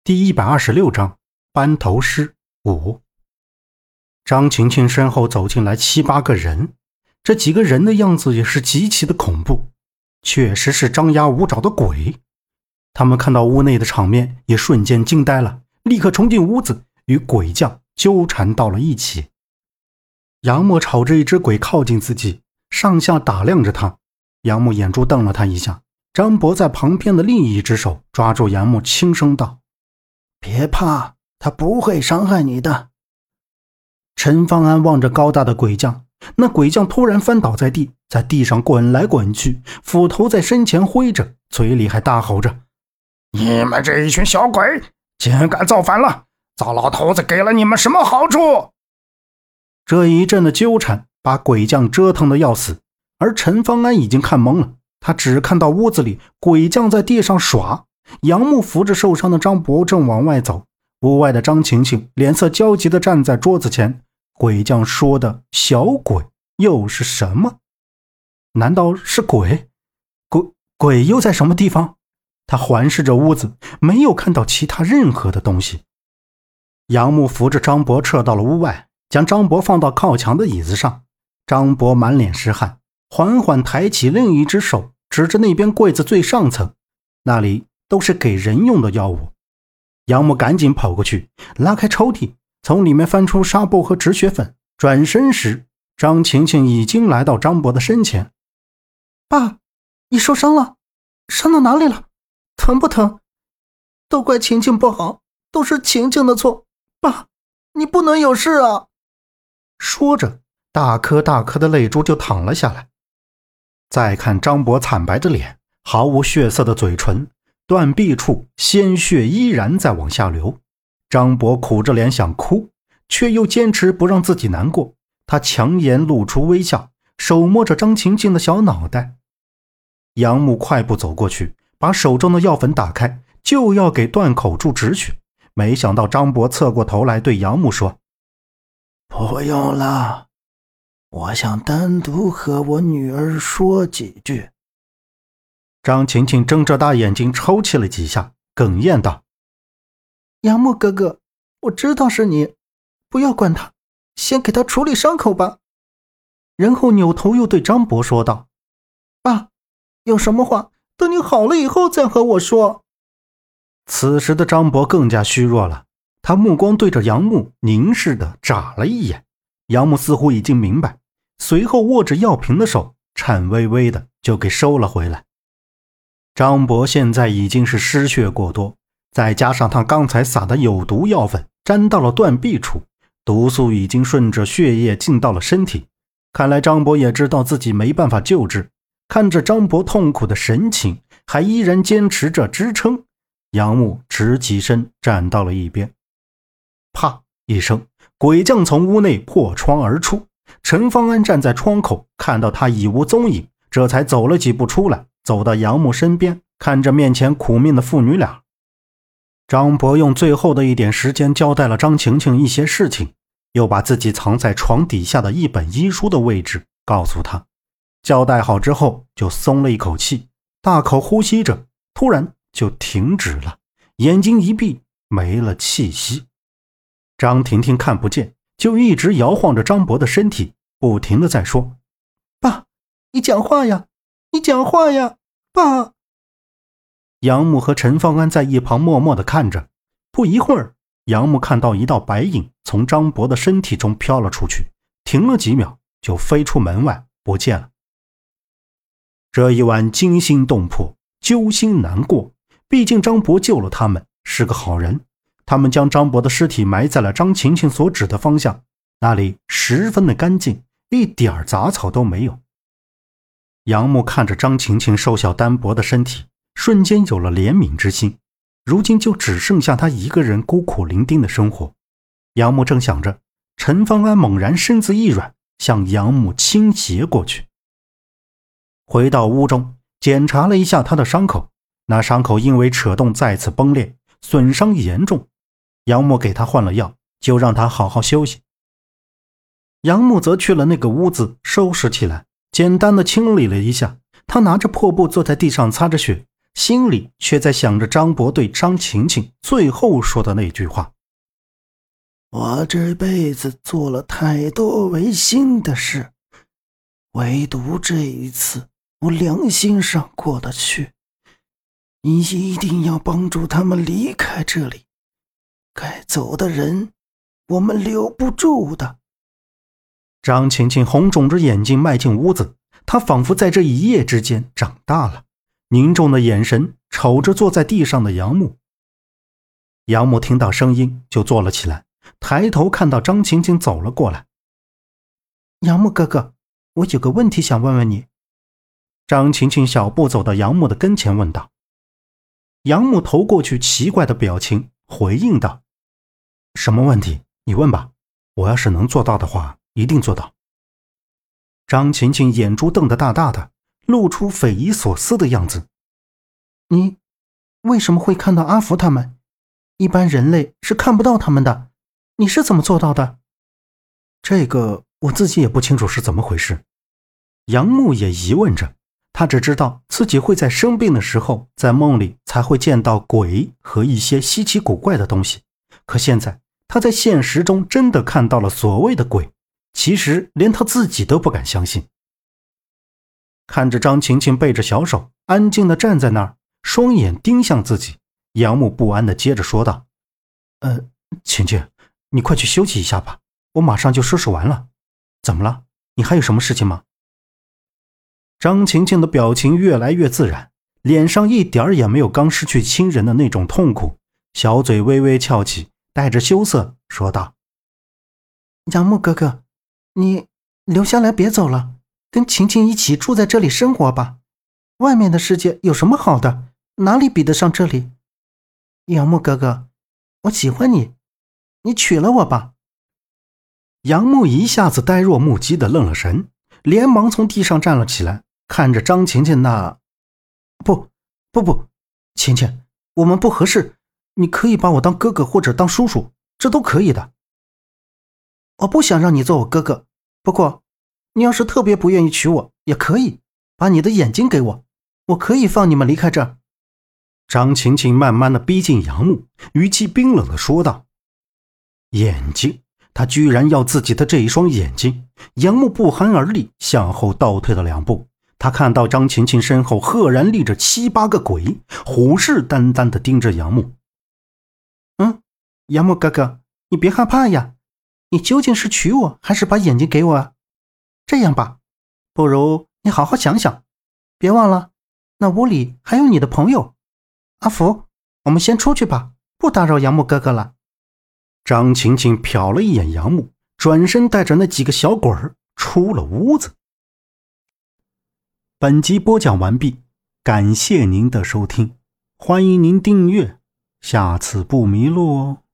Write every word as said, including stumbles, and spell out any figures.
第一百二十六章班头诗五。张晴晴身后走进来七八个人，这几个人的样子也是极其的恐怖，确实是张牙舞爪的鬼。他们看到屋内的场面也瞬间惊呆了，立刻冲进屋子与鬼将纠缠到了一起。杨默朝着一只鬼靠近自己，上下打量着他。杨默眼珠瞪了他一下，张博在旁边的另一只手抓住杨默，轻声道： 别怕，他不会伤害你的。 陈方安望着高大的鬼将，那鬼将突然翻倒在地，在地上滚来滚去，斧头在身前挥着，嘴里还大吼着： 你们这一群小鬼，竟敢造反了！糟老头子给了你们什么好处？ 这一阵的纠缠把鬼将折腾得要死，而陈方安已经看懵了，他只看到屋子里鬼将在地上耍，杨木扶着受伤的张博正往外走，屋外的张晴晴脸色焦急地站在桌子前。鬼将说的小鬼又是什么？难道是鬼？鬼鬼又在什么地方？他环视着屋子，没有看到其他任何的东西。杨木扶着张博撤到了屋外，将张博放到靠墙的椅子上。张博满脸是汗，缓缓抬起另一只手，指着那边柜子最上层，那里都是给人用的药物。杨木赶紧跑过去，拉开抽屉，从里面翻出纱布和止血粉，转身时张晴晴已经来到张博的身前。 爸，你受伤了？伤到哪里了？疼不疼？都怪晴晴不好，都是晴晴的错。爸，你不能有事啊！ 说着，大颗大颗的泪珠就淌了下来。再看张博惨白的脸，毫无血色的嘴唇，断臂处鲜血依然在往下流。张博苦着脸想哭，却又坚持不让自己难过。他强颜露出微笑，手摸着张晴晴的小脑袋。杨木快步走过去，把手中的药粉打开，就要给断口处止血。没想到张博侧过头来对杨木说： 不用了，我想单独和我女儿说几句。 张晴晴睁着大眼睛抽泣了几下，哽咽道： 杨木哥哥，我知道是你，不要管他，先给他处理伤口吧。 然后扭头又对张博说道： 爸，有什么话等你好了以后再和我说。 此时的张博更加虚弱了，他目光对着杨木凝视的眨了一眼。杨木似乎已经明白，随后握着药瓶的手颤巍巍的就给收了回来。张博现在已经是失血过多，再加上他刚才撒的有毒药粉沾到了断臂处，毒素已经顺着血液进到了身体。看来张博也知道自己没办法救治，看着张博痛苦的神情，还依然坚持着支撑，杨木直起身站到了一边。啪一声，鬼将从屋内破窗而出。陈方安站在窗口，看到他已无踪影，这才走了几步出来，走到杨木身边，看着面前苦命的父女俩。张博用最后的一点时间交代了张晴晴一些事情，又把自己藏在床底下的一本医书的位置告诉他。交代好之后就松了一口气，大口呼吸着，突然就停止了，眼睛一闭，没了气息。张婷婷看不见，就一直摇晃着张博的身体，不停地在说： 爸，你讲话呀，你讲话呀，爸。 杨木和陈方安在一旁默默地看着。不一会儿，杨木看到一道白影从张博的身体中飘了出去，停了几秒就飞出门外不见了。这一晚惊心动魄，揪心难过，毕竟张博救了他们，是个好人。他们将张博的尸体埋在了张晴晴所指的方向，那里十分的干净，一点杂草都没有。杨木看着张晴晴瘦小单薄的身体，瞬间有了怜悯之心。如今就只剩下他一个人孤苦伶仃的生活。杨木正想着，陈方安猛然身子一软，向杨木倾斜过去。回到屋中，检查了一下他的伤口，那伤口因为扯动再次崩裂，损伤严重。杨木给他换了药，就让他好好休息。杨木则去了那个屋子收拾起来，简单的清理了一下。他拿着破布坐在地上擦着血， 心里却在想着张博对张晴晴最后说的那句话： 我这辈子做了太多违心的事，唯独这一次我良心上过得去。你一定要帮助他们离开这里，该走的人我们留不住的。 张晴晴红肿着眼睛迈进屋子，她仿佛在这一夜之间长大了，凝重的眼神瞅着坐在地上的杨木。杨木听到声音就坐了起来，抬头看到张晴晴走了过来。 杨木哥哥，我有个问题想问问你。 张晴晴小步走到杨木的跟前问道。杨木投过去奇怪的表情，回应道：什么问题？你问吧，我要是能做到的话一定做到。张晴晴眼珠瞪得大大的，露出匪夷所思的样子。 你为什么会看到阿福他们？一般人类是看不到他们的，你是怎么做到的？ 这个我自己也不清楚是怎么回事。杨木也疑问着，他只知道自己会在生病的时候在梦里才会见到鬼和一些稀奇古怪的东西，可现在他在现实中真的看到了所谓的鬼，其实连他自己都不敢相信。看着张晴晴背着小手安静地站在那儿，双眼盯向自己，杨木不安地接着说道：呃，晴晴，你快去休息一下吧，我马上就收拾完了。怎么了？你还有什么事情吗？张晴晴的表情越来越自然，脸上一点也没有刚失去亲人的那种痛苦，小嘴微微翘起，带着羞涩说道： 杨木哥哥，你留下来别走了，跟晴晴一起住在这里生活吧。外面的世界有什么好的，哪里比得上这里？杨木哥哥，我喜欢你，你娶了我吧。 杨木一下子呆若木鸡的愣了神，连忙从地上站了起来，看着张晴晴那…… 不不不，晴晴，我们不合适，你可以把我当哥哥或者当叔叔，这都可以的。我不想让你做我哥哥，不过你要是特别不愿意娶我也可以，把你的眼睛给我，我可以放你们离开这儿。 张晴晴慢慢的逼近杨木，语气冰冷的说道：眼睛，他居然要自己的这一双眼睛。杨木不寒而栗，向后倒退了两步，他看到张晴晴身后赫然立着七八个鬼，虎视眈眈地盯着杨木。 嗯，杨木哥哥，你别害怕呀，你究竟是娶我还是把眼睛给我啊？这样吧，不如你好好想想，别忘了那屋里还有你的朋友阿福，我们先出去吧，不打扰杨木哥哥了。 张晴晴瞟了一眼杨木，转身带着那几个小鬼儿出了屋子。本集播讲完毕，感谢您的收听，欢迎您订阅，下次不迷路哦。